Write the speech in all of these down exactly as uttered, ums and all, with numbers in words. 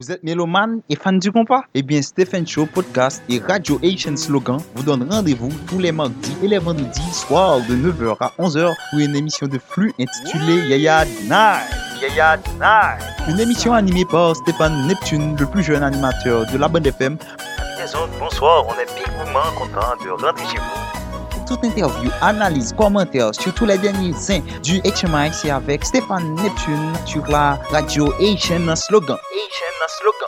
Vous êtes mélomane et fan du compas? Eh bien, Stephen Show Podcast et Radio Haitian Slogan vous donnent rendez-vous tous les mardis et les vendredis soirs de neuf heures à onze heures pour une émission de flux intitulée Yaya Night. Yaya Night. Une émission animée par Stéphane Neptune, le plus jeune animateur de la bande F M. Les autres, bonsoir, on est bigouement content de rentrer chez vous. Toute interview, analyse, commentaires sur tous les derniers saints du H M I, c'est avec Stéphane Neptune sur la radio Haitian Slogan. Haitian Slogan.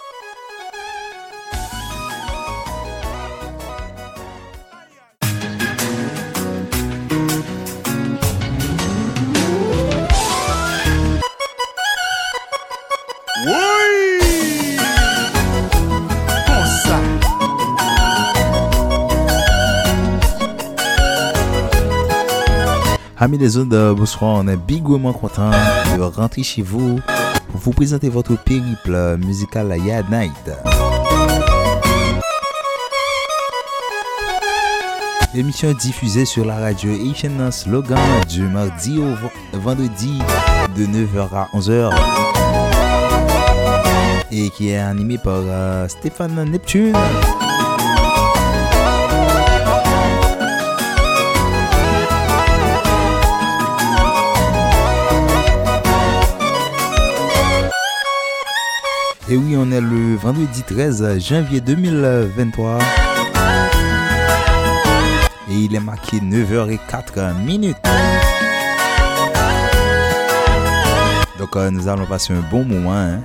Amis des ondes, bonsoir, on est bigouement content de rentrer chez vous pour vous présenter votre périple musical Yaya Night. Émission diffusée sur la radio Haitian Slogan du mardi au vendredi de neuf heures à onze heures et qui est animée par euh, Stéphane Neptune. Et oui, on est le vendredi treize janvier deux mille vingt-trois. Et il est marqué neuf heures zéro quatre minutes. Donc euh, nous allons passer un bon moment. Hein.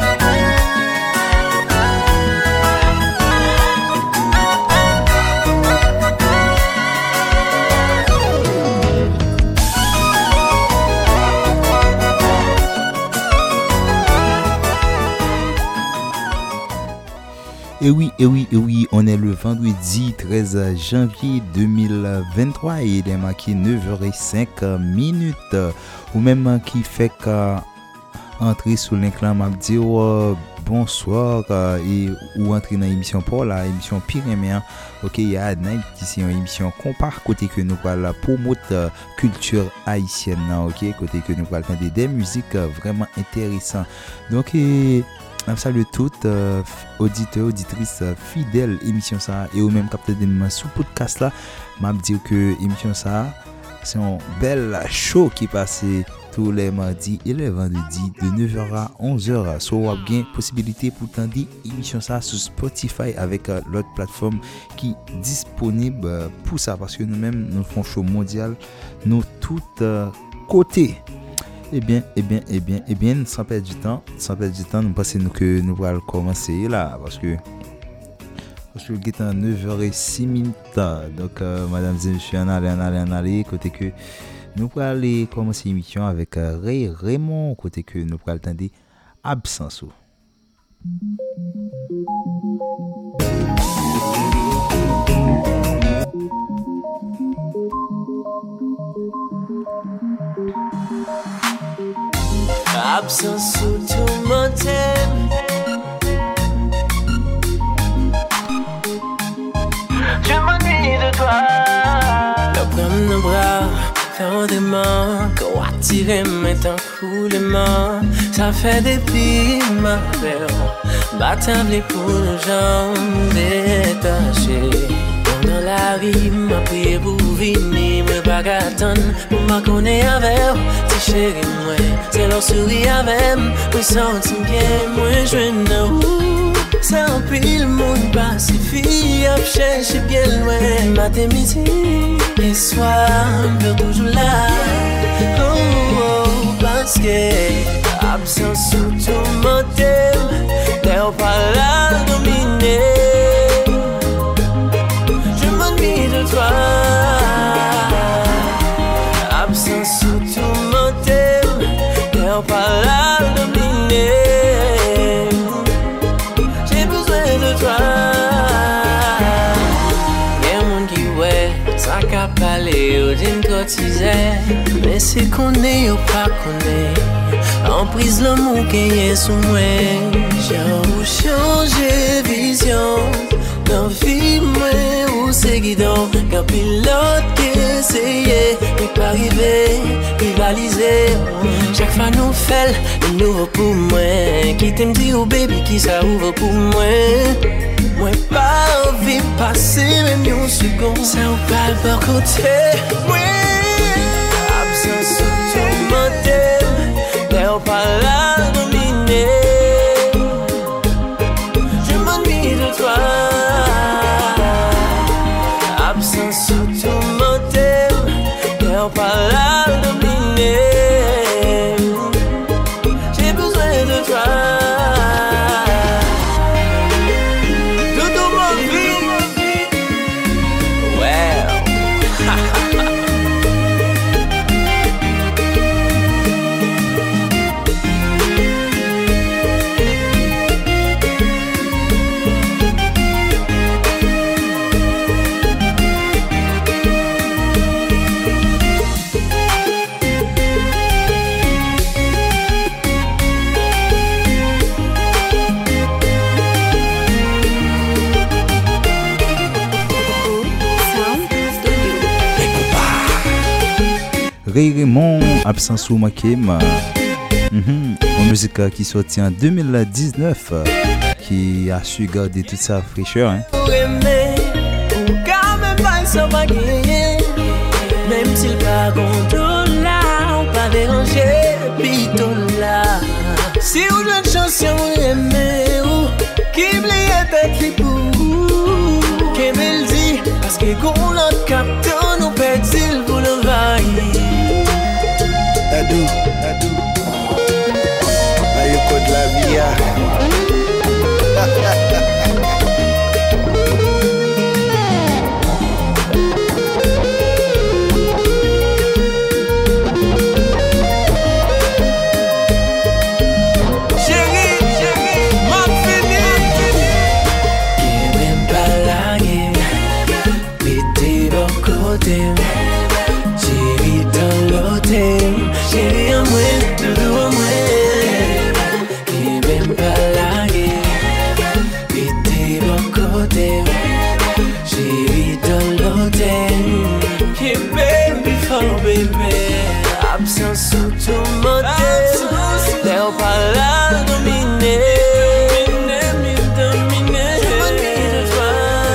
Et oui, et oui, et oui, on est le vendredi treize janvier deux mille vingt-trois et il est marqué neuf heures zéro cinq minutes. Ou même qui fait qu'entrer sous l'inclin m'a dit oh, bonsoir et ou entrer dans l'émission pour la émission Pyrénéen. OK, il y a Night ici une émission compare côté que nous parlons promote culture haïtienne, OK, côté que nous parlons des musiques vraiment intéressantes. Donc et salut toutes euh, auditeurs, auditrices euh, fidèles émission ça et ou même capteur de sous podcast là, m'a dire que émission ça c'est un bel show qui passe tous les mardis et les vendredis de neuf heures à onze heures. So vous avez bien possibilité pour tendre émission ça sur Spotify avec euh, l'autre plateforme qui est disponible euh, pour ça parce que nous-mêmes nous faisons show mondial nous toutes euh, côtés. Eh bien, eh bien, eh bien, eh bien, sans perdre du temps, sans perdre du temps, nous pensons que nous allons commencer là, parce que parce que il est à neuf heures zéro six minutes, donc euh, mesdames et messieurs, on allait, on allait, on allait, côté que nous allons aller commencer l'émission avec euh, Ray Raymond, côté que nous allons attendre absence. Absence sous tout mon thème. Je m'ennuie de toi. Le prendre nos bras, faire des mains, qu'on attire maintenant coulement. Ça fait des pieds, ma belle. Battable pour nos jambes détachées. Dans la rime, m'a prié pour venir, me pas attendre, pour m'a connaître avec, ti chéri moi, c'est leur sourire avec, me sentir bien, moi je know, ça en pile monde pacifie, à chercher bien loin, matin midi, et soir, me toujours là, oh oh, parce que, absence sous tout mon thème, t'es pas là dominé. De toi, absence sous tout mon thème, t'es pas là dominé. J'ai besoin de toi. Y'a un monde qui ouais, ça qu'a parlé ou d'une cotisée, mais c'est qu'on est ou pas qu'on est. En prise l'amour qui est sous moi, j'ai changé vision. Dans vie moi ou c'est guidon, quand pilote qui essaye, mais pas arriver, rivaliser. Chaque fois nous fait, nouveau pour moi. Qui t'aime dit oh baby qui ça ouvre pour moi. Moi pas envie de passer même une seconde. Ça ou pas le bon côté. Oui. Absence tourmentée. T'es pas là dominé. Je m'ennuie de toi. Absence tourmentée. T'es pas là dominé. J'ai besoin de toi. Ray Raymond, Absence ou Makem, mm-hmm. une musique qui sortit en deux mille dix-neuf, qui a su garder toute sa fraîcheur. Hein. Même s'il pas contrôle là, on pas déranger, piton là. Si vous avez une chanson, vous aimez, qui me l'est écrit pour vous, qui me le dit, parce que qu'on l'a capté, nous perd-il pour le vaille. Dadou, Dadou, aïe code la vie. Chérie, chérie, m'a fini. Qui m'aime pas la guerre, mettez bon côté. Chérie dans l'hôtel. Chérie à moi, doudou à moi. Qui m'aime pas la guerre, mettez bon côté. Chérie dans l'hôtel. Qui m'aime before baby. Absence sous tout motel. L'air pas là dominé. Dominé, dominé. Je m'ennuie de toi,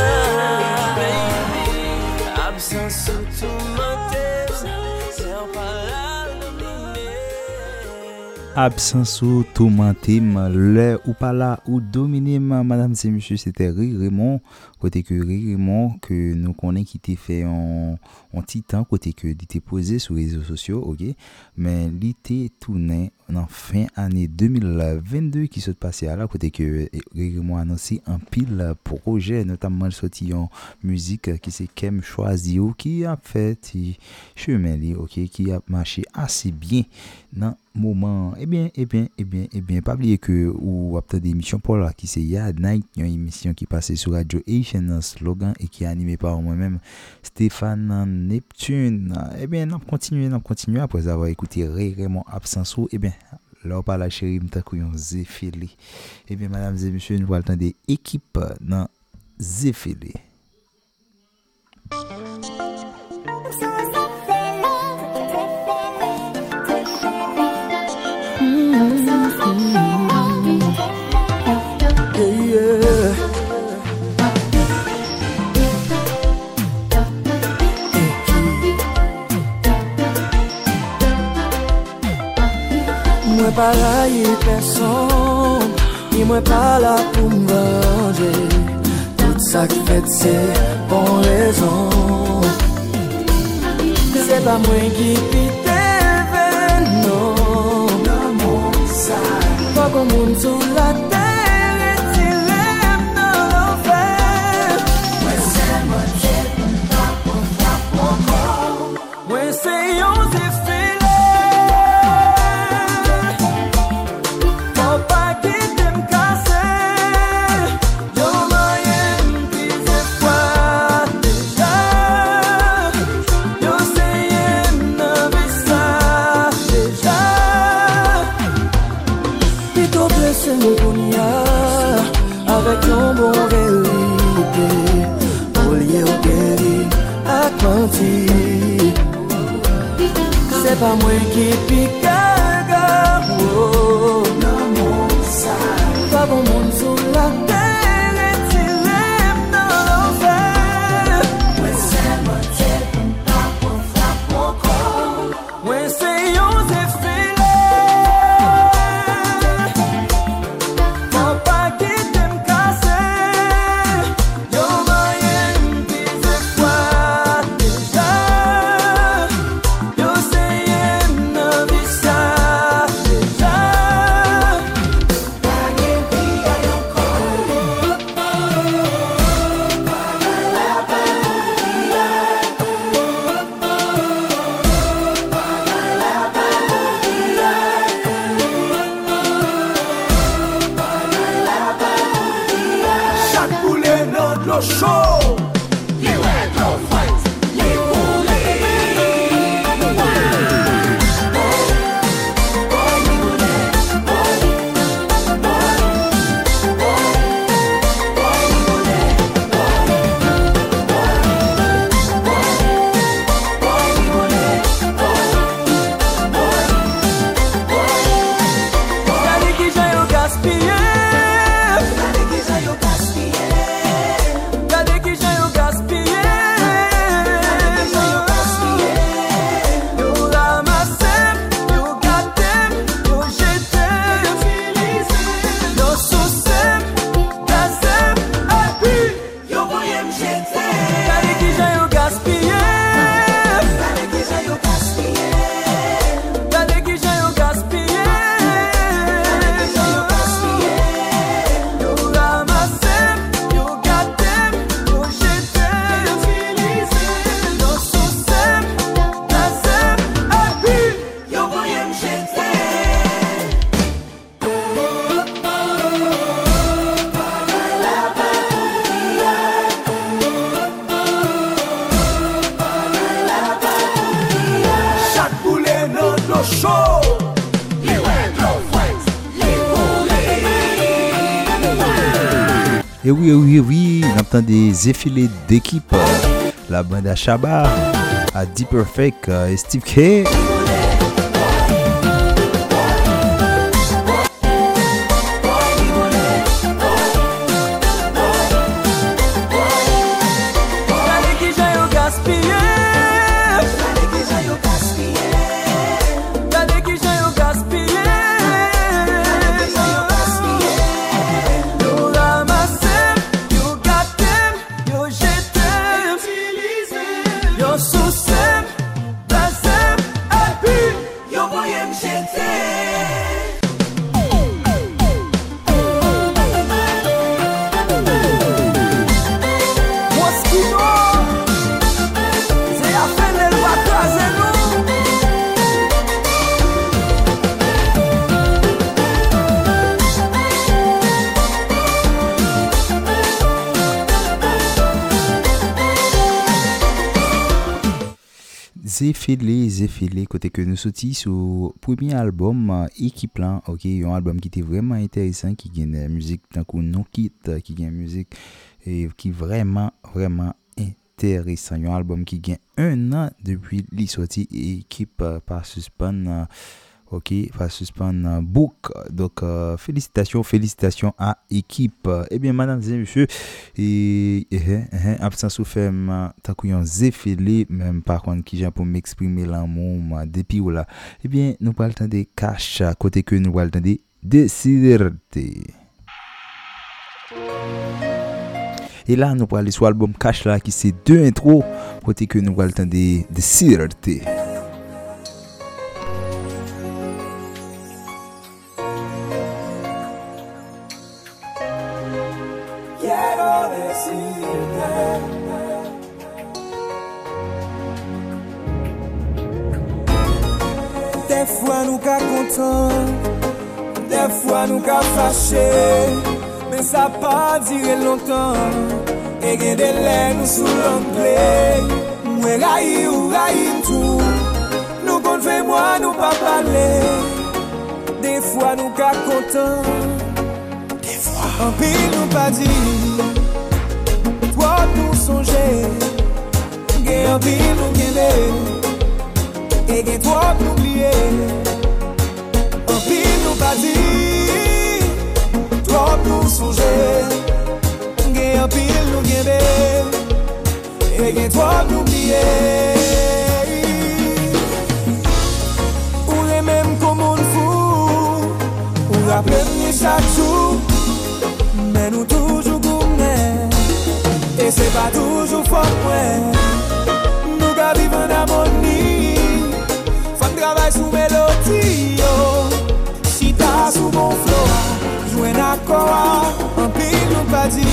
baby. Absence sous tout motel. L'air pas là dominé. Absence ou tourmentim, le ou pas là ou dominim, madame et monsieur, c'était Ray Raymond, côté que Ray Raymond, que nous connaissons qui était fait en, en petit temps, côté que il était posé sur les réseaux sociaux, ok, mais il était tourné en fin année deux mille vingt-deux qui s'est passé à là, côté que Ray Raymond a annoncé un pile projet, notamment le sorti en musique qui c'est Kem Choisio, qui a fait chemin, ok, qui a marché assez bien dans moment. Eh bien, eh bien, eh bien, eh bien, pas oublier que ou après des émissions pour là qui c'est Yad Night, une émission qui passait sur Radio Haitian Slogan et qui est animée par moi-même Stéphane Neptune. Eh bien, on continue, on continue après avoir écouté Ray Raymond Absence. Eh bien, là on parle à chérie m'ta couillon Zéphélé. Eh bien, mesdames et messieurs, nous allons des équipes dans Zéphélé. Moi pas là y personne, ni moi pas là pour me venger. Tout ça qui fait c'est bon raison. C'est pas moi qui pite non. Pas comme monde sous la terre et t'ilève dans l'enfer. Moi c'est moi qui pas pour moi. Moi c'est yon zéphélé. Avec ton bon vérité, au lieu au guéri, à quanti. C'est pas moi qui pique, oh, show. You ain't no fight. You Et oui, oui, oui, on entend des effilés d'équipe. La bande à Shabba, à Deep Perfect et Steve K. Zéphélé, Zéphélé, côté que nous sortis sur premier album équipe là, ok, un album qui était vraiment intéressant, qui gagne la musique tant qu'on non quitte, qui gagne musique et qui vraiment vraiment intéressant, un album qui gagne un an depuis les sorties équipe par suspend. Ok, va suspendre book. Donc, euh, félicitations, félicitations à équipe. Eh bien, madame et messieurs, et, et, et, absence ou femme, tant qu'on zéphélé, même par contre, qui j'ai pour m'exprimer l'amour, depuis ou là. Eh bien, nous parlons de cash, côté que nous parlons de déciderté. Et là, nous parlons sur l'album Cash là, qui c'est deux intros, côté que nous parlons de déciderté. Des fois nous ka content, des fois nous ka fâché, mais ça pas duré longtemps. Et gen de lè nous sous l'anglais, moi raï ou raï tout, nous kon fait moi nous pas parler. Des fois nous ka content, des fois en pile nous pas dit, toi nous songer, gen en pile nous gêner. Et que toi n'oublier, en pile nous pas dit, toi nous songer, et en pile nous guérir, et que toi n'oublier. Ou les mêmes comme on fou, ou rappelle chaque jour, mais nous toujours gourmets, et c'est pas toujours fort, ouais, nous qu'à vivre en harmonie. Travail sous mélodie, si t'as sous bon flow, jouer d'accord, un pile nous pas dit,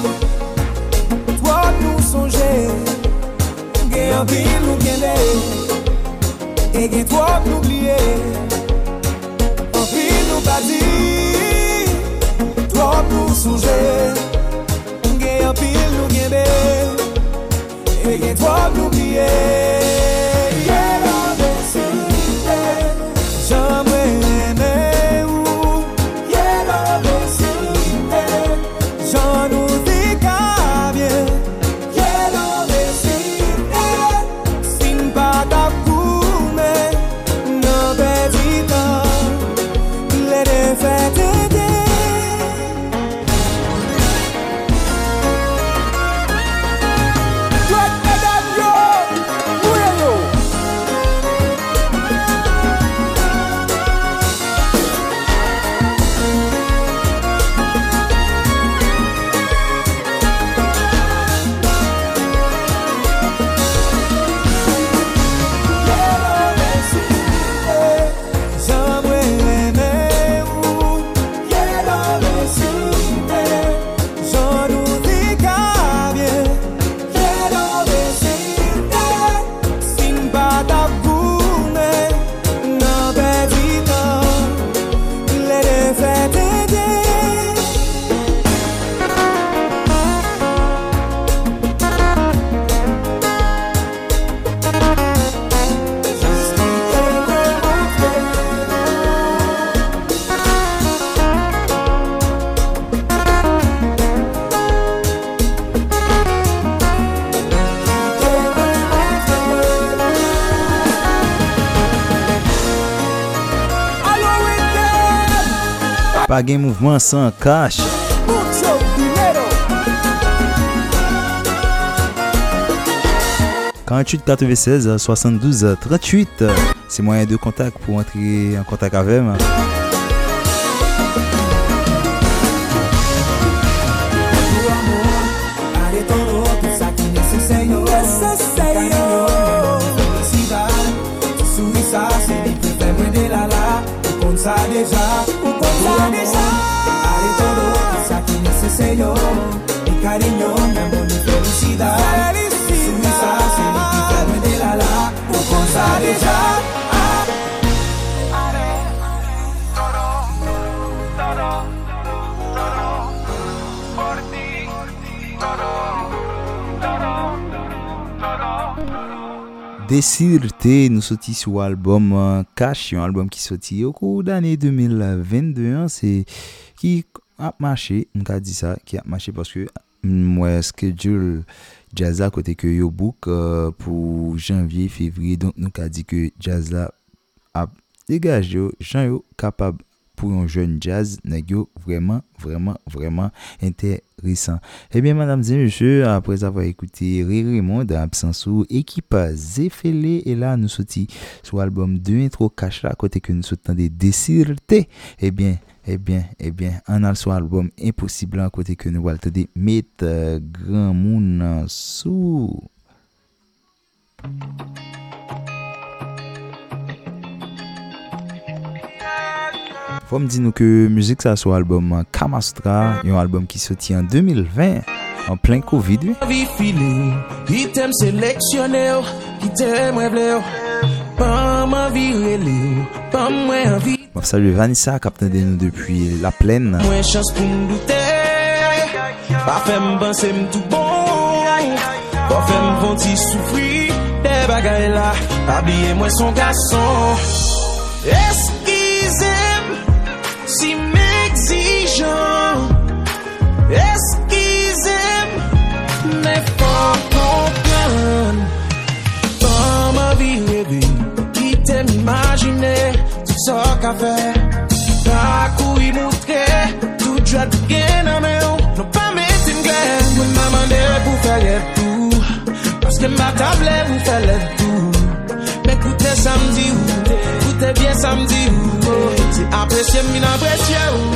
toi nous songer, et un pile nous gêner, et que toi n'oublier, un pile nous pas dit, toi nous songer, et un pile nous gêner. fait que trop n'oublier. Pas de mouvement sans cash. quarante-huit quatre-vingt-seize soixante-douze trente-huit. C'est moyen de contact pour entrer en contact avec moi. Ça déjà, o conta déjà. Allez todo, isso aqui necessário. E carinho, amor e felicidade. Felicidade, se ele quiser me dela lá. O conta déjà. Désirté nous sorti sur l'album euh, Cash, un album qui sorti au cours d'année deux mille vingt-deux, hein, c'est qui a marché, on a dit ça, qui a marché parce que moi schedule Jazza côté que yo book euh, pour janvier février, donc nous a dit que Jazza a dégagé Jean yo capable pour un jeune jazz nèg vraiment vraiment vraiment intéressant. Eh bien mesdames et messieurs, après avoir écouté Raymond absence ou équipe Zéphélé, et là nous sorti sur l'album de intro Cash là côté que nous sortons des Désirté. Eh bien eh bien eh bien on a sur l'album Impossible à côté que nous va entendre mettre euh, grand monde sous. Faut me dire que musique ça sur l'album Kamastra, un album qui sorti en deux mille vingt en plein Covid. Vie filé, qui t'aime sélectionner, qui t'aime rêver, pas m'envie relé, pas moins envie. Bon, salut Vanessa, captain de nous depuis La Plaine. Moins chance pour me douter, pas faire me penser me tout bon, pas faire me ventir souffrir, des bagailles là, habiller-moi son garçon. Excusez si m'exigeant, excusez-moi, mais faut comprendre. Dans ma vie rêvée, qui t'aime imaginer, tout ça qu'a fait. T'as couru montrer, tout droit de gain dans mes hauts, non pas mettre une glaire. Vous m'amendez pour faire tout, parce que ma table vous fait le tout. Mais écoutez samedi, écoutez bien samedi, c'est apprécié, mais apprécié.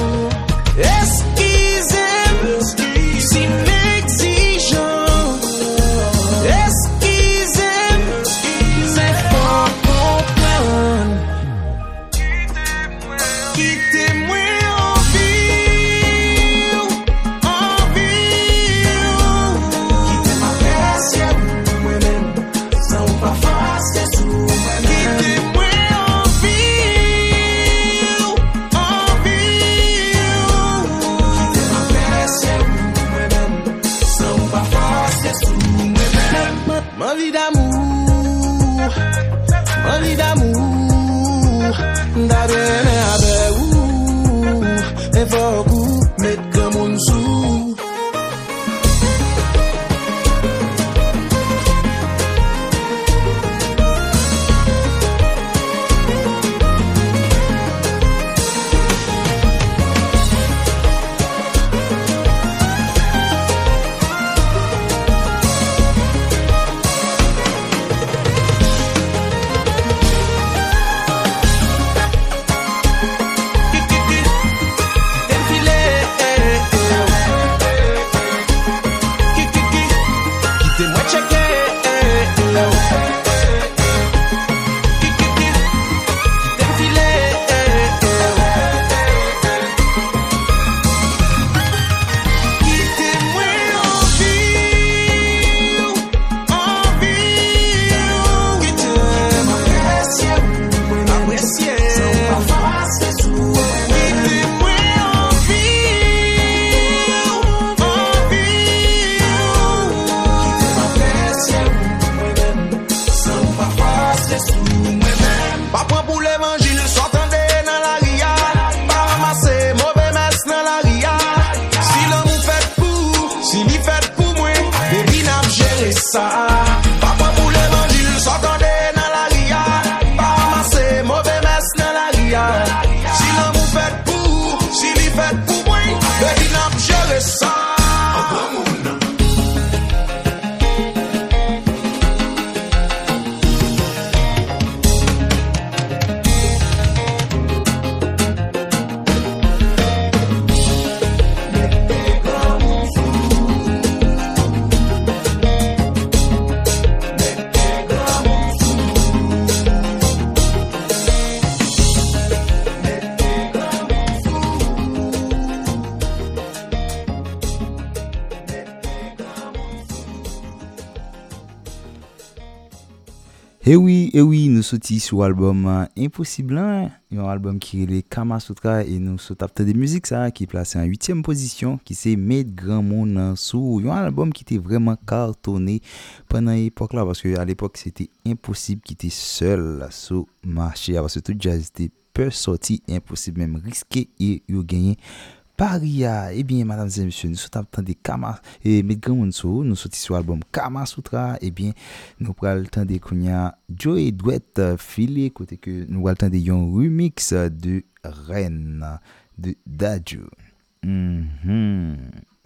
Excusez-moi, si m'exigeant, excusez-moi, mais faut comprendre. Quittez-moi en vie, en vie. Quittez ma personne, moi-même, sans pas faire ce sous. Et oui, et oui, nous sommes sur l'album euh, Impossible, hein? Un album qui est les Kama Sutra et nous sommes des musiques ça qui est placé en huitième position, qui c'est Made Grand Monde sous un album qui était vraiment cartonné pendant l'époque là parce que à l'époque c'était impossible qu'il était seul sur le marché parce que tout jazz était peu sorti, impossible même risqué et il gagné. Paria, eh bien, mesdames et messieurs, nous sommes en des Kama et Medgram Onso, nous sommes sur l'album Kama Sutra, eh bien, nous prenons le temps de Kounia Joey Duet filé, côté que nous prenons le temps de un remix de Reine de Dadju. Mm-hmm.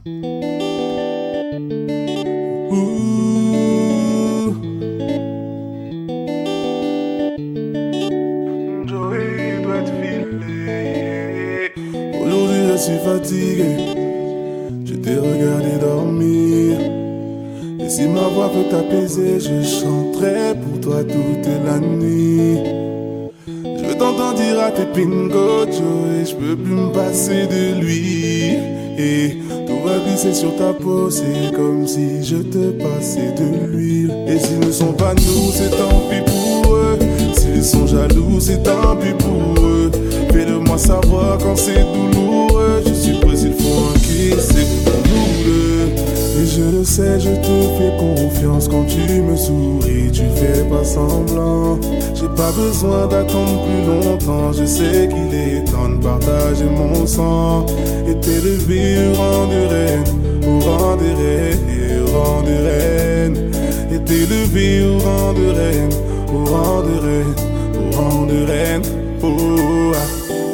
Joey Duet filé. Aujourd'hui je suis fatigué, je t'ai regardé dormir. Et si ma voix peut t'apaiser, je chanterai pour toi toute la nuit. Je t'entends dire à tes pingos, Joey, je peux plus me passer de lui. Et tout va glisser sur ta peau, c'est comme si je te passais de l'huile. Et s'ils ne sont pas nous, c'est tant pis pour eux. S'ils sont jaloux, c'est tant pis pour eux. Fais-le-moi savoir quand c'est douloureux. Je suis prêt s'il faut encaisser pour nous deux. Et je le sais, je te fais confiance quand tu me souris. Tu fais pas semblant. J'ai pas besoin d'attendre plus longtemps. Je sais qu'il est temps de partager mon sang. Et t'élever au rang de reine, au rang de reine, au rang de reine. Et t'élever au rang de reine, au rang de reine, au rang de reine. Oh, ah.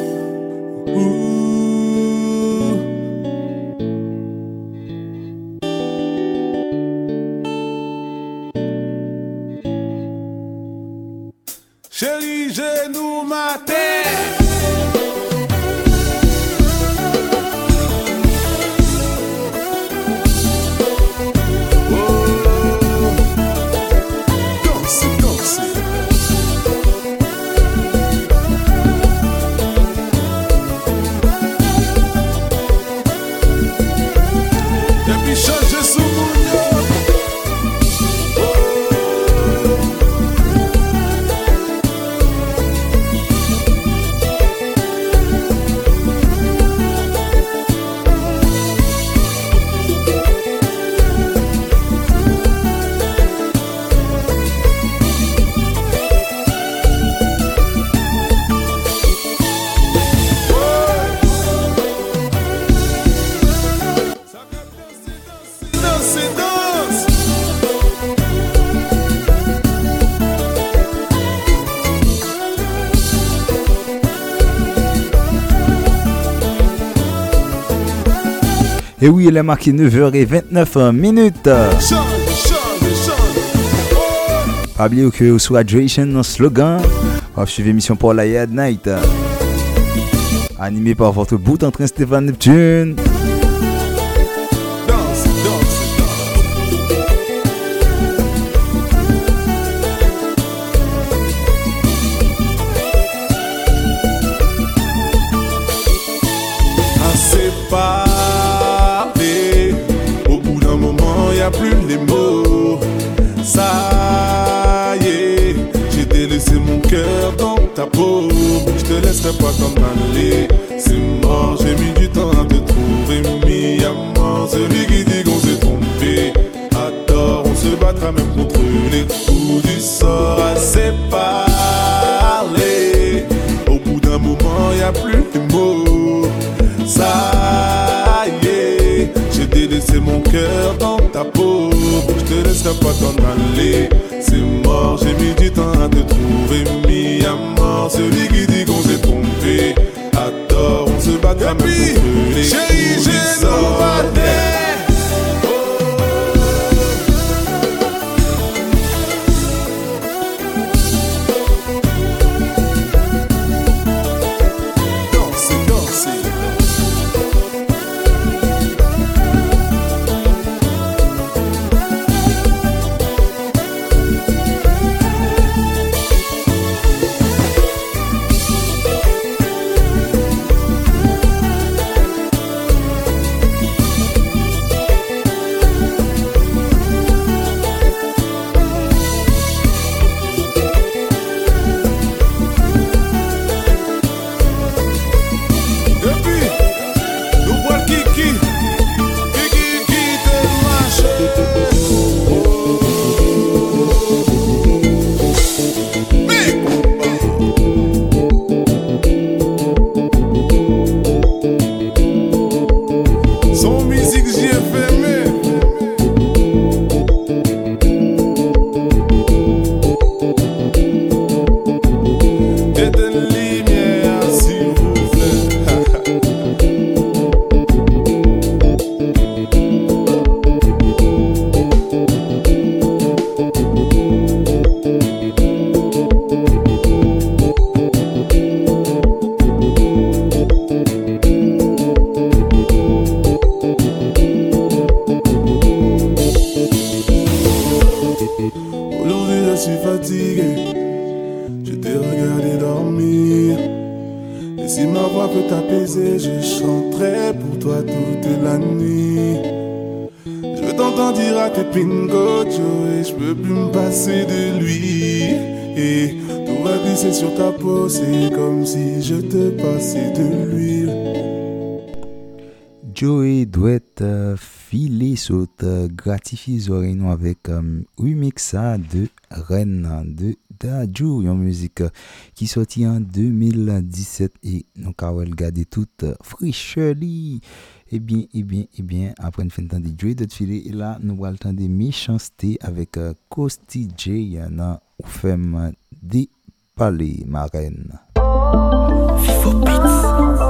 Chérie, j'ai nous ma tête. Et oui, il est marqué neuf heures vingt-neuf minutes. Pas oublier que sur Hydration, nos slogans, on va suivre l'émission pour la Yad Night. Animé par votre bout en train Stéphane Neptune. Plus les mots, ça y est, j'ai délaissé mon cœur dans ta peau. Je te laisserai pas t'en aller, c'est mort, j'ai mis du temps à te trouver. Mis à mort, celui qui dit qu'on s'est trompé, à tort, on se battra même contre les coups du sort. Assez parlé, au bout d'un moment y a plus les mots, ça y est, j'ai délaissé mon cœur dans ta peau. Je te laisserai pas t'en aller, c'est mort, j'ai mis du temps à te trouver. Mis à mort, celui qui dit qu'on s'est trompé, à tort, on se battra même contre les coups du sort. musique J F M. Je chanterai pour toi toute la nuit. Je veux t'entendre dire à tes pingocho et je peux plus me passer de lui. Et tout va glisser sur ta peau, c'est comme si je te passais de l'huile. Joey doit euh, filer saute euh, gratifier les oreilles avec un euh, remix de Reine de Dadju, une musique euh, qui sortit en deux mille dix-sept et nous avons regardé toute euh, fraîcheur. Eh bien, eh bien, eh bien, après une fin de temps de Joey doit filer et là nous allons entendre des méchancetés avec euh, Costi J dans ou femme des palais ma reine. Fifo Beats.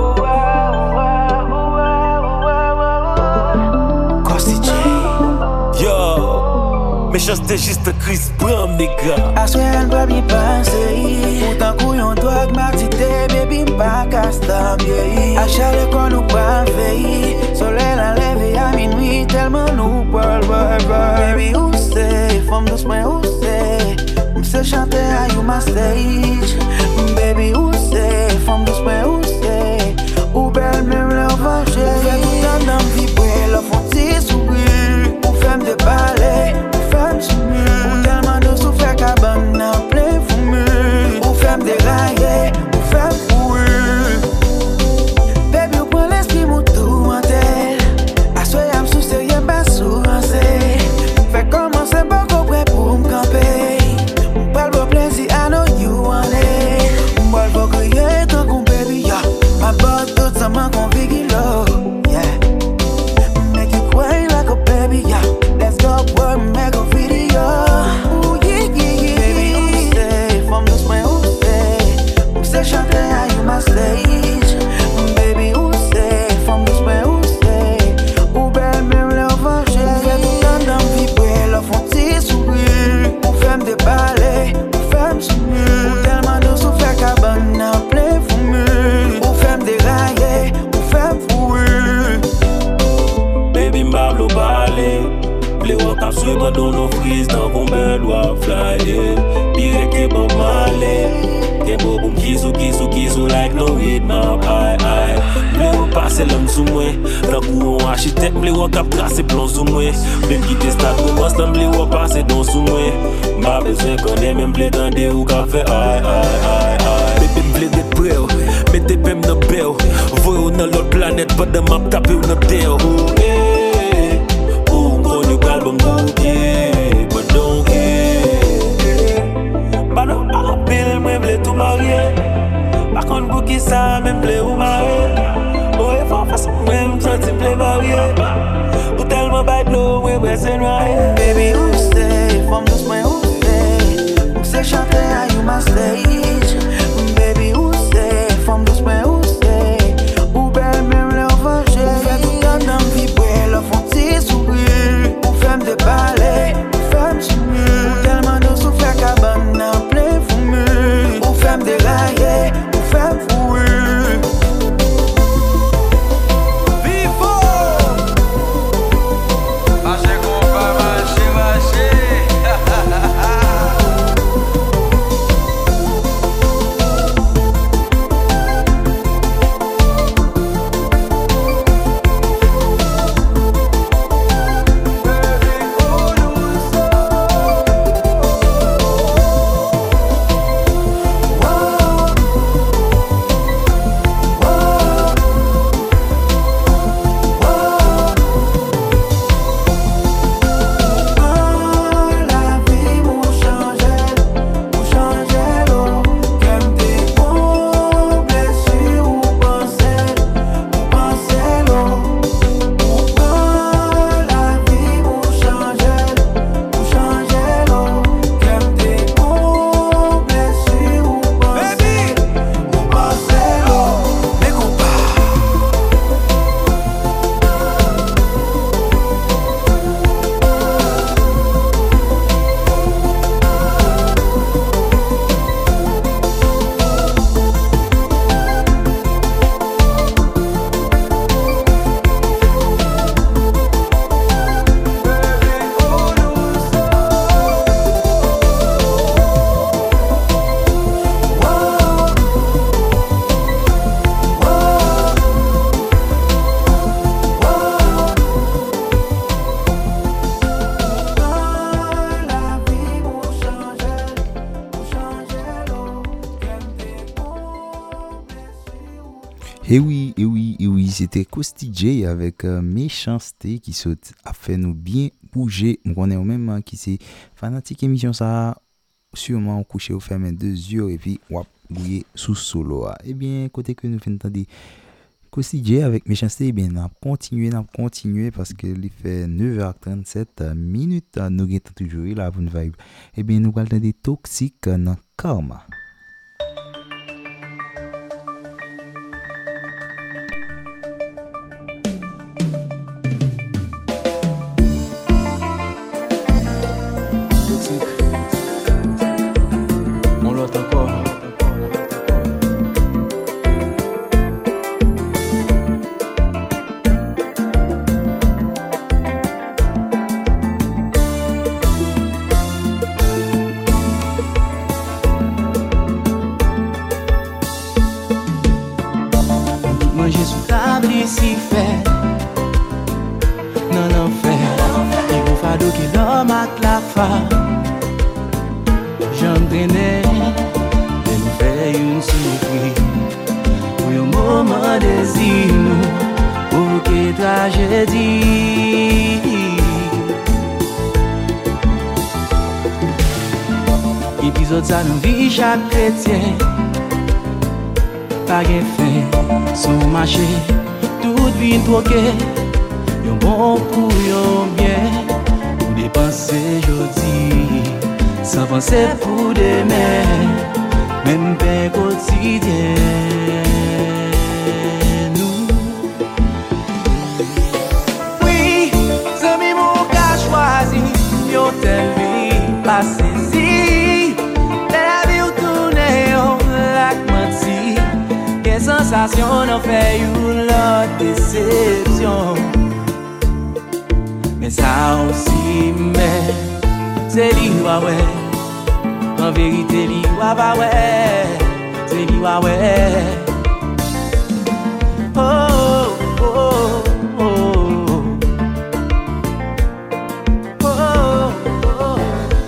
Méchanceté juste Chris Brown, nigga. I swear elle peut bien passer. Pourtant couillon drogue m'a dit t'es baby m'pas qu'à stop, yeah. À chaque qu'on nous pas fait. Soleil la lève à minuit tellement nous parle, bye bye. Baby où c'est, femme doucement où c'est. M'sais chanter à you my stage. Baby où c'est, femme doucement où c'est. Ou belle même leur vacher. Fait tout le temps dans vibrer, leur font t'y sourire. Ou femme de ballet. Ou tellement de souffle cabane en plein fumée. Ou femme déraillée, ou femme fouille. Baby ou prend l'esprit mon tout en tel. A soyez am sous sérieux pas sous rancé. Fait commencer beaucoup près pour m'camper. M'parle pour plaisir, I know you want it. M'parle pour crier tant qu'on baby, yeah. Ma botte tout ça m'en convigue low, yeah. Make you cry like a baby, yeah. Let's go work, make a video. Ooh, yeah, yeah, yeah. Baby, who say, from the spring, who say, who say, chanter à you my stage. Baby, who say, from the spring, who say, who belle même leur vacher. Fait tout le temps dans vibrer, leur font t'y sourire. Ou femme de ballet, ou femme sourire. Ou tellement de souffle cabane en plein fumée. Ou femme déraillée, ou femme fouille. Baby, m'bablo ballet. Les walk up suivre dans nos frises dans qu'on belle doit flyer. Pire que Bob Marley. Que Bob um kisu kisu kisu like no hit my eye eye. Les walk passer l'homme sous moi. Dans coup on architecte les walk up tracer plan sous moi. Même quitter stade pour moi l'homme les walk passer dans sous moi. M'a besoin qu'on ait même blé dans des ou café aïe aïe aïe aïe. Baby m'blé d'être prêt. Mettez pem dans belle. Voyons dans l'autre planète pas de map taper une terre. Album bouquet, but don't care. Bah non, pas la pile, moi m'blé tout marié. Par contre, pour qui ça, même blé ou marié. Oh, et faut façon, même senti m'blé varié. Ou tellement bad, no, ouais, ouais, c'est noyé. Baby, who say, from the spring, who say, who say, chanter à you my stage. Baby, who say, from the spring, who say, ou belle même leur vacher. Fait tout le temps dans vibrer, leur font t'y sourire. Femme de ballet, femme soumue. Ou tellement de souffle cabane en plein fumée. Ou femme déraillée, ou femme fouille. Vivo! Marché compas, marché, marché. Et oui, et oui, et oui, c'était Costi J avec euh, Méchanceté qui saute a fait nous bien bouger. On connaît au même hein, qui c'est fanatique émission ça sûrement couché au ferme deux yeux et puis wap bouiller sous solo. Et bien côté que nous faisons entendre Costi J avec Méchanceté, eh bien on a continué, on a continué parce que il fait neuf heures trente-sept minutes nous sommes toujours là pour une vibe. Et bien nous allons entendre Toxique dans Karma. Ça nous vit chaque chrétien. Pas de fin, sous marché, tout vient troqué. Yon bon pour yon bien, pour dépenser jodi, sans penser pour demain, même pain quotidien. Nous, oui, c'est mon cas choisi, yon tel vie, pas saisi. Sensation n'en fait une autre déception. Mais ça aussi, mais c'est l'Iwa ouais. En vérité, l'Iwa va ouais. C'est l'Iwa ouais. Oh, oh, oh, oh. Oh, oh.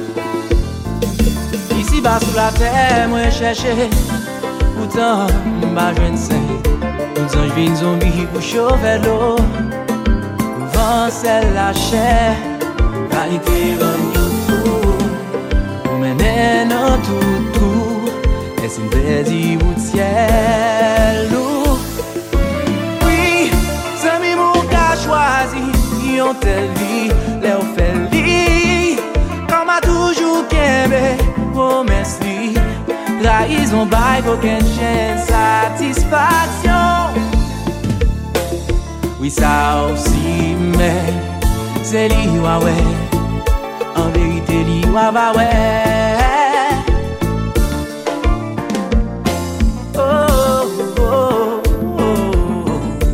Ici bas sous la terre, moi chercher. Pourtant, ma jeune sainte, nous anges viennent zombies pour chauffer l'eau. Vent, c'est la chair, vanité rend tout. Pour mener dans tout tout, est-ce une belle routière lourd? Oui, c'est mi mon cas choisi, yon tel vie, l'on fait lit. Comme a toujours qu'aimé, promesse li. Trahison bail aucune chaîne satisfaction. Oui ça aussi mais c'est l'Iwa ouais. En vérité l'Iwa va ouais. Oh oh oh.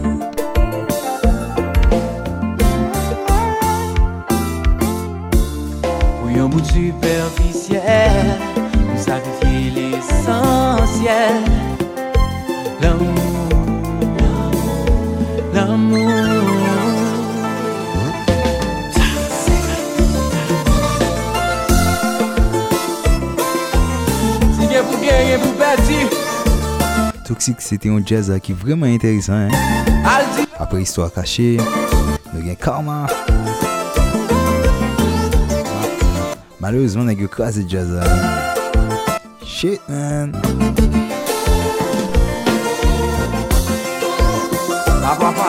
Oui un bout de superficiel, nous sacrifier l'essentiel. L'amour, l'amour. Si bien pour gagner, pour perdre. Toxique, c'était un jazz qui est vraiment intéressant. Hein? Après Histoire cachée, nous avons Karma. Malheureusement, on a eu quoi ce jazz là? Shit, man. Papa, papa.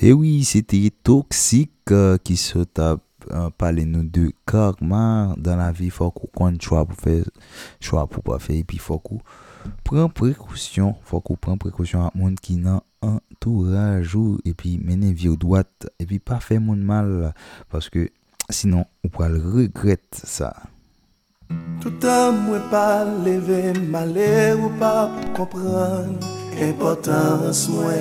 Et oui, c'était Toxique euh, qui se tape euh, parler nous de karma dans la vie. Faut qu'on prenne choix pour faire choix pour pas faire et puis faut qu'on prend précaution, faut qu'on prenne précaution à monde qui n'a entourage ou et puis mener vie au droite et puis pas faire monde mal parce que sinon on pourra le regretter ça. Tout à moi pas lever malheur ou pas comprendre importance moi.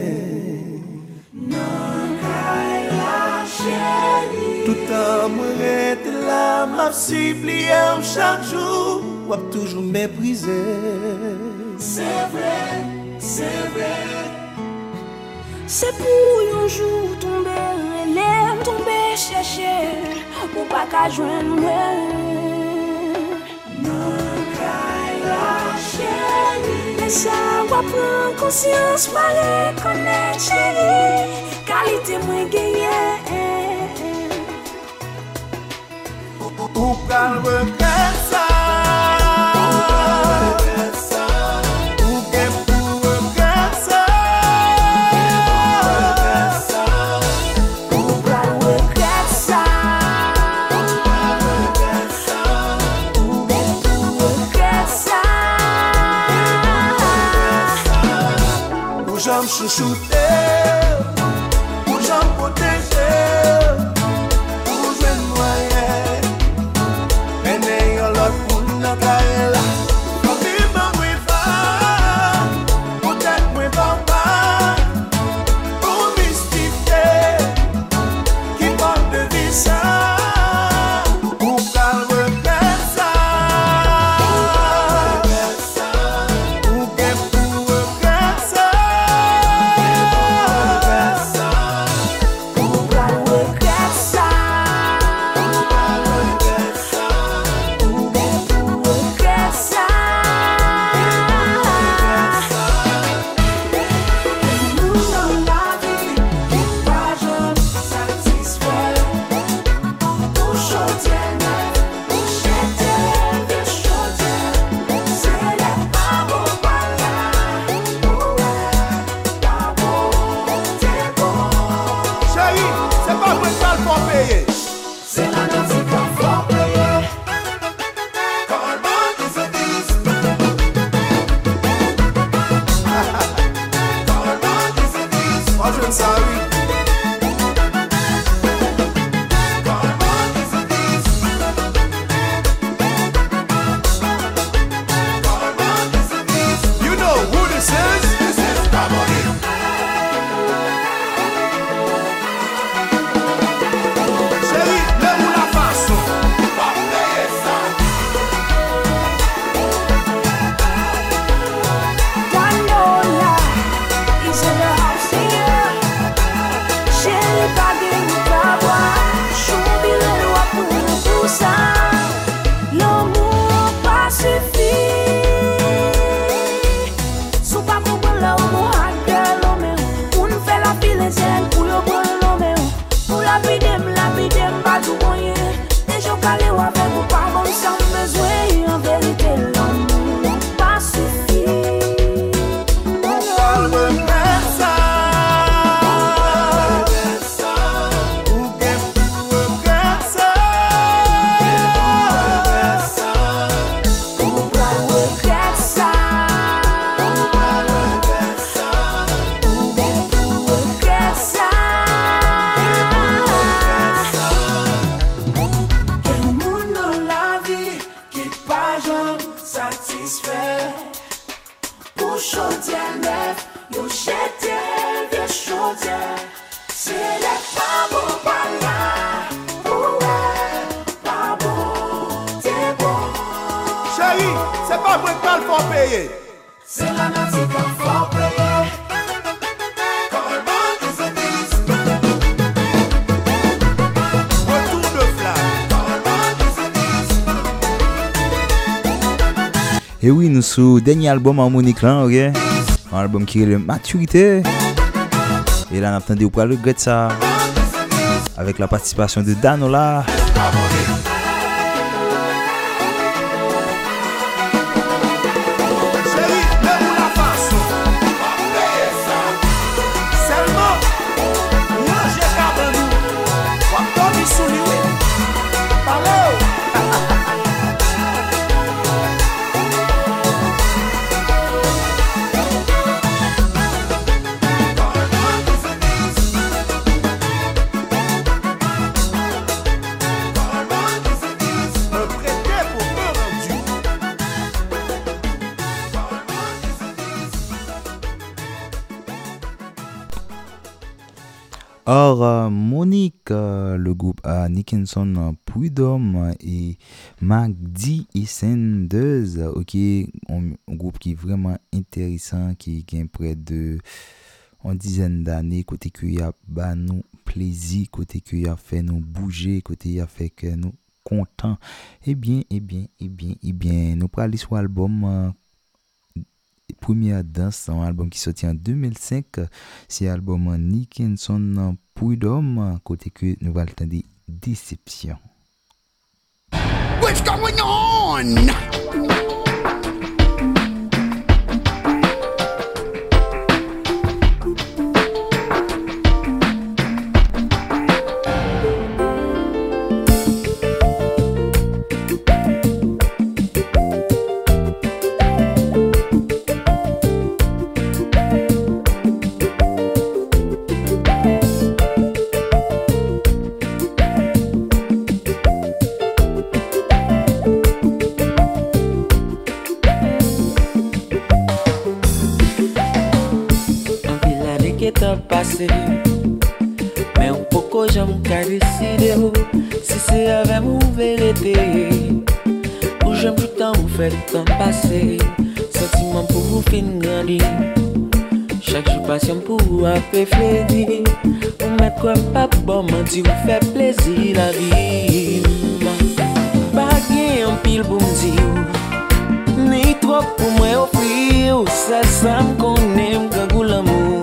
Tout à moi être là m'a supplié chaque jour ou toujours méprisé. C'est vrai, c'est vrai. C'est pour un jour tomber, l'air tomber chercher pour pas qu'à joindre moi. Mais ça va prendre conscience, pas reconnaître chérie, qualité moins gagnée. Ou pas regretter ça. J'aime chouchouter, ou j'aime protéger, ou je vais noyer. Mais n'ayant l'autre pour nous dans la là. Quand il m'a oui pas, peut-être moi papa, pour mystifier, qui parle de vie ça, ou pas regretter ça. Ou bien pour regretter ça. C'est pas vrai qu'il faut payer. C'est la nature qu'il faut payer. Retour de flamme. Et oui, nous sommes dernier album harmonique là, ok? Un album qui est le maturité. Et là, on attendait ou pas le regret ça. Avec la participation de Danola. Harmonique, euh, le groupe à Nickinson, Prud'homme et Magdi et Sanders. Ok, un, un groupe qui est vraiment intéressant, qui gagne près de une dizaine d'années, côté qui a bah, nous plaisir, côté qui a fait nous bouger, côté qui a fait que nous contents. Eh bien, eh bien, eh bien, eh bien, nous prenons aller sur l'album. Euh, Première danse, un album qui sorti en deux mille cinq, c'est l'album Nickinson Prud'homme, côté que nous allons entendre Déception. What's going on? Mais un poco j'aime qu'à décider si c'est avec mon vérité ou j'aime tout le temps vous faire le temps passer. Sentiment pour vous fin grandir. Chaque jour patient pour vous réfléchir. Vous mettre comme pas bon mentir vous faire plaisir la vie. Pas gain en pile pour me dire ni trop pour moi offrir. Ça ça me connaît m'gangou l'amour.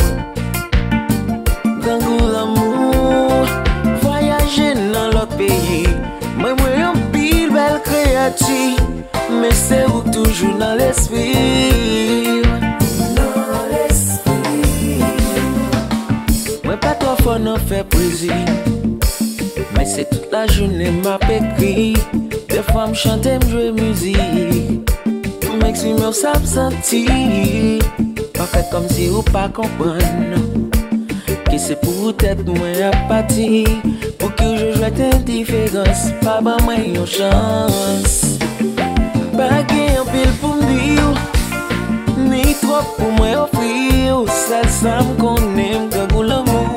Gangou l'amour, voyager dans l'autre pays. Moi, moi, un pile belle créature, mais c'est où toujours dans l'esprit. Dans l'esprit. Moi, pas trop fort, non, fait plaisir. Mais c'est toute la journée, m'a écrit. Des fois, me chanter, me jouer musique. Pour m'exprimer, ça me sentir. Pas fait comme si vous pas comprendre. Que c'est pour tête moins apathie. Pour que je joue d'indifférence. Pas bah moi une chance. Pas gain en pile pour me dire. Ni trop pour moi offrir. Ça ça me connaît. Gangou l'amour.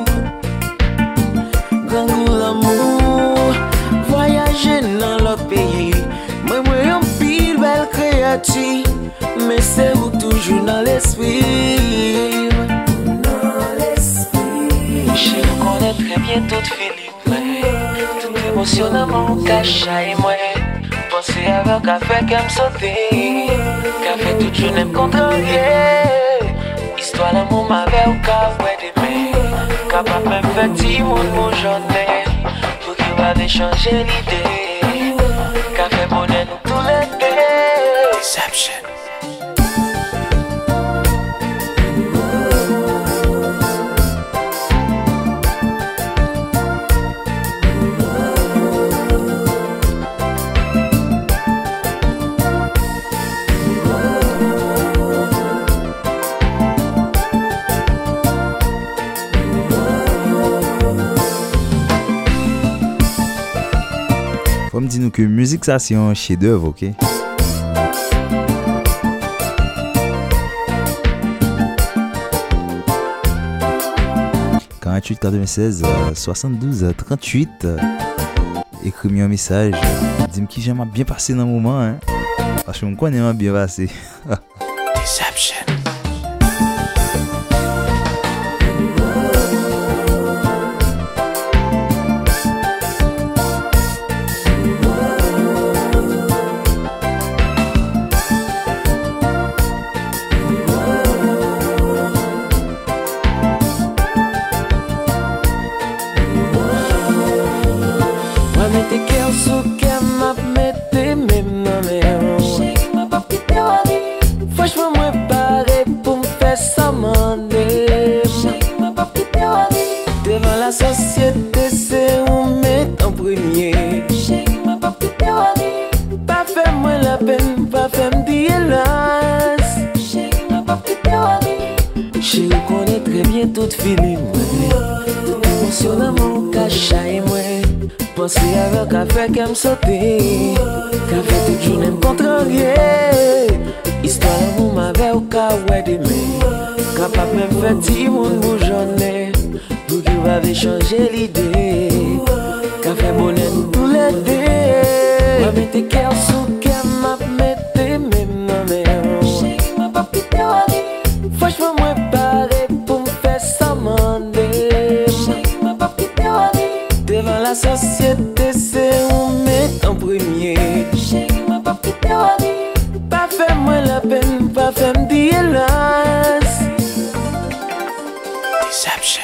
Gangou l'amour. Voyager dans l'autre pays. Moi moi un pile belle créature. Mais c'est vous toujours dans l'esprit. Je connais très bien toute Philippe, tout émotionnellement caché et moi. Penser avec café qui me sauter, café toute journée me contrarier. Histoire d'amour m'avait au cas où d'aimer, capable même faire dix mots mon journée, pour qu'il va changer l'idée. Café bonheur nous tout l'été. Deception. Faut me dire nous que musique ça c'est un chef-d'œuvre, ok? quarante-huit quatre-vingt-seize soixante-douze trente-huit. Écris-moi un message. Dis-moi qui j'aime bien passer dans le moment, hein? Parce que je me connais bien passer. Deception. Penser avec café qui me sauter, café toute journée me contrarier. Histoire d'amour m'avait au cas où d'aimer, capable même faire dix mots de journée, pour qu'il va m'avait changé l'idée. Qu'a fait bonheur nous l'aider. M'a mette cœur sous cœur, m'a mette même dans mes mains. Chérie, m'a pas quitté Wally. Franchement, moi paré pour me faire ça mander. Chérie, m'a pas quitté Wally. Devant la société, c'est on met en premier. Chérie, m'a pas quitté Wally. Pas fait moi la peine, pas fait me dire hélas. Deception.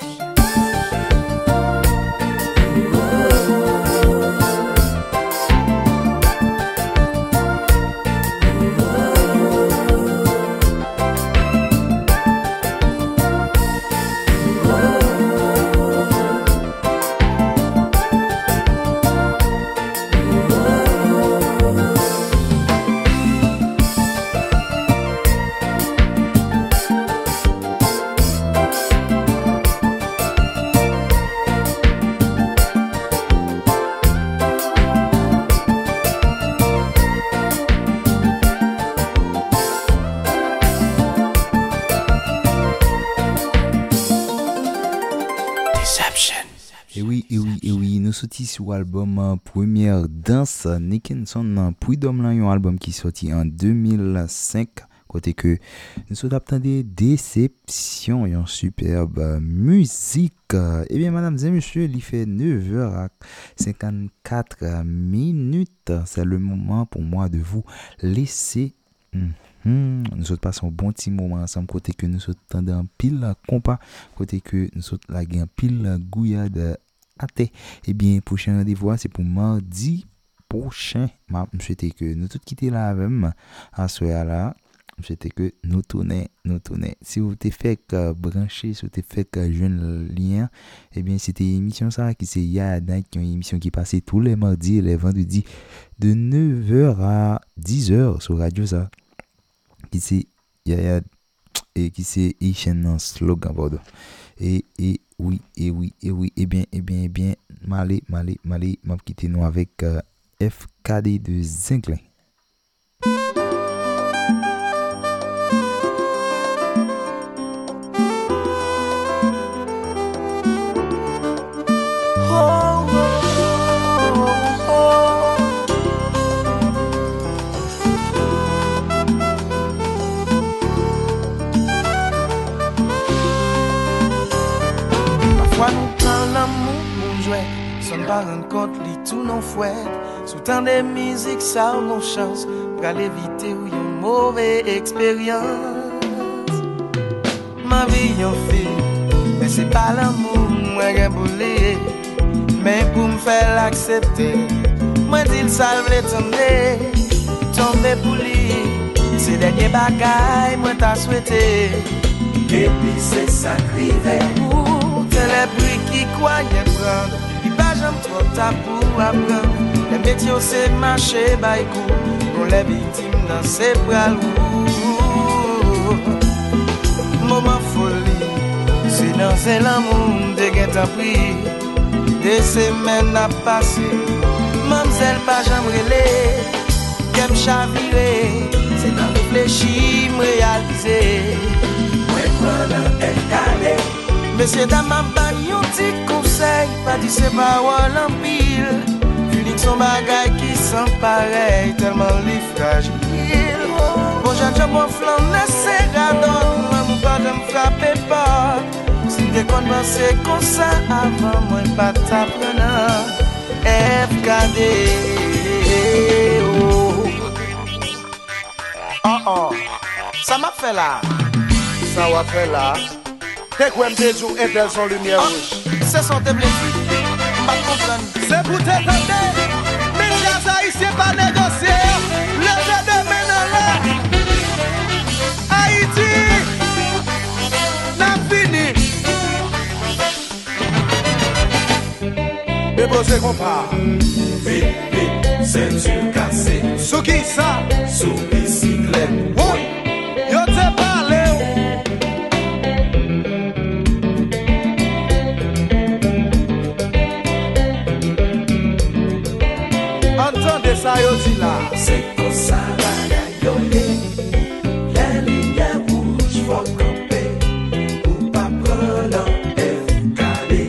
Et oui, et oui, et oui, nous sortis sur l'album euh, Première Danse Nickinson, puis d'homme là, un album qui sorti en deux mille cinq, côté que nous sommes attendus Déception, une superbe euh, musique. Eh bien, mesdames et messieurs, il fait neuf heures cinquante-quatre minutes. C'est le moment pour moi de vous laisser. Mm. Hmm, nous sommes passés un bon petit moment ensemble, côté que nous sommes tendus en pile compas, côté que nous sommes là en pile gouillade à terre. Eh bien, prochain rendez-vous, c'est pour mardi prochain. Je souhaitais que nous tous quittions là même à ce là. Je souhaitais que nous tournions, nous tournions. Si vous t'es fait que brancher, si vous t'es fait que jeune lien, eh bien, c'était une émission ça qui c'est Yaya qui une émission qui passait tous les mardis et les vendredis de neuf heures à dix heures sur Radio ça. Qui c'est Yaya et qui c'est Haitian slogan pardon et et oui et oui et oui et bien et bien et bien malé malé malé m'a quitté nous avec euh, F K D de Zinklin. Son pas rendre compte li tout non fouet. Sous tant de musique ça a mon chance pour éviter ou une mauvaise expérience. Ma vie yon fait, mais c'est pas l'amour moi qui boulé. Mais pour me faire l'accepter, moi dis ça vle tomber, tomber pour lui. C'est dernier bagaille moi t'a souhaité. Et puis c'est ça crivé pour les bruits qui croyaient prendre. J'aime trop tard pour apprendre. Les métiers c'est marcher by coup. Pour les victimes dans ses bras lourds. Moment folie, c'est dans l'amour de guet pris. Des semaines à passer. Mademoiselle pas jamais relais. Qu'elle me chavirer. C'est dans réfléchir, me réaliser. Moi prendre un calé. Messieurs dames m'a bagné un petit conseil. Pas dit c'est paroles en pile. Félix son bagay qui sent pareil. Tellement li fragile. Bon j'ai déjà bon flan c'est radon. Maman pas de me frapper pas. Si t'es qu'on pensait comme ça avant. Moi pas t'apprenant. F K D oh. Oh oh. Ça m'a fait là. Ça m'a fait là. Dès que M D joue et elles sont lumière rouge. C'est son tes blessés. C'est pour t'étendre. Mais les haïtiens pas négocier. Le deux de maintenant là. Haïti. N'a fini. Déposez qu'on part. Vite, vite, ceinture cassée. Sous qui ça? Sous bicyclette. Oui. Yo te parle. Entendez ça, yo dit là. C'est comme ça, yo les lumières rouges faut camper. Pour pas prendre F K D.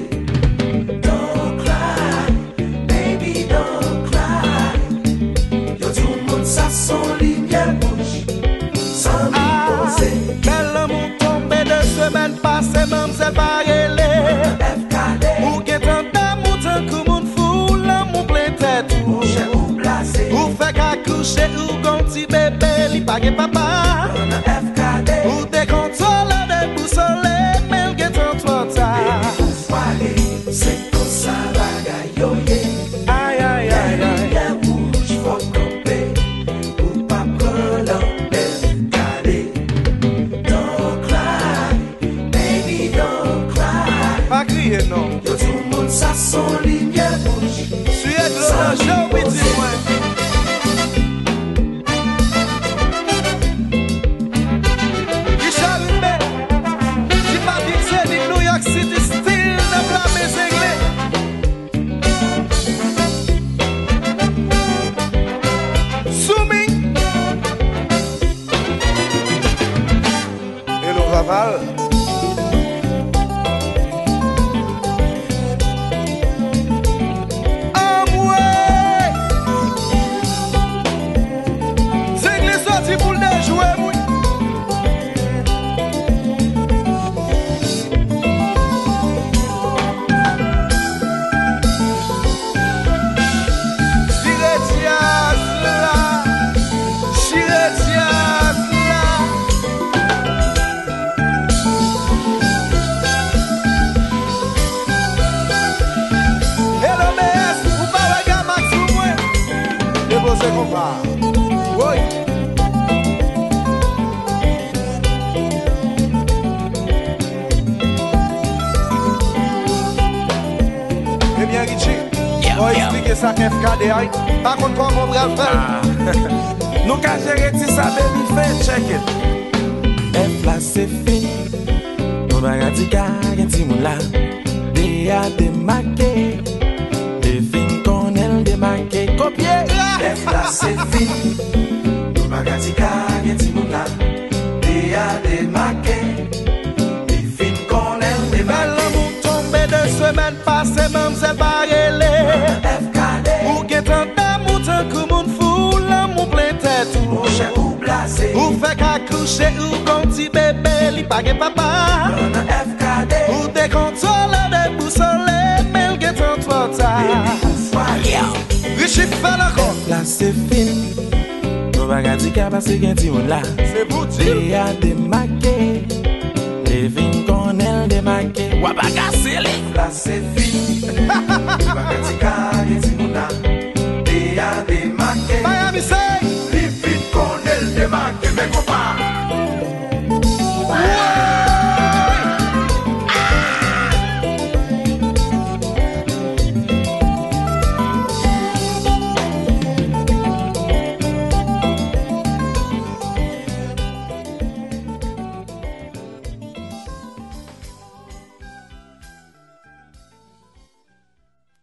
semaines passées, mademoiselle Barrelé. F K D. Ou qui tant d'amour, tant que moun fou, l'amour plein tête. Ou ou placé. Ou fait qu'à coucher, ou gon petit bébé, li pa gen papa. F K D. Ou décontrôle de boussole, mais l'gen tant trop tard. C'est comme ça, bagay yo ye. Aïe aïe aïe aïe. Non. Yo tout le monde ça son lumière bouche. Suis le show oui dis-moi. Richard Rimbe, si pas dit c'est dit New York City style de blâmer anglais. Soumi. Hello Raval. Oui. Eh bien, Richie, on va expliquer ça qu'F K D. Par contre, comment on va le faire? Nous, quand j'ai dit ça, baby, fait check it. F là, c'est fini. Nous va dire qu'il y a un petit monde là. D A démarqué. Des films qu'on aime démarqué. Copier. F là, c'est fini. Nous va dire qu'il y a un petit monde là. D A démarqué. Des films qu'on aime démarqué. L'amour tombé de semaine passée, mademoiselle Barrelé. F K D. Ou qui tant d'amour, tant que moun fou, l'amour plein tête. Ou j'ai ou placé. Ou fait qu'à coucher, ou gon ti bébé, li pa gen papa. F K D. Ou décontrôle de boussole, mais l'gen tant trop tard. Richie fait encore. Là c'est fini. Nous va dire qu'il y a passé gen ti moun là. C'est pour dire. D A démarqué. Les vignes qu'on aime démarqué. Ou pas casser les. Là c'est fini. Nous va dire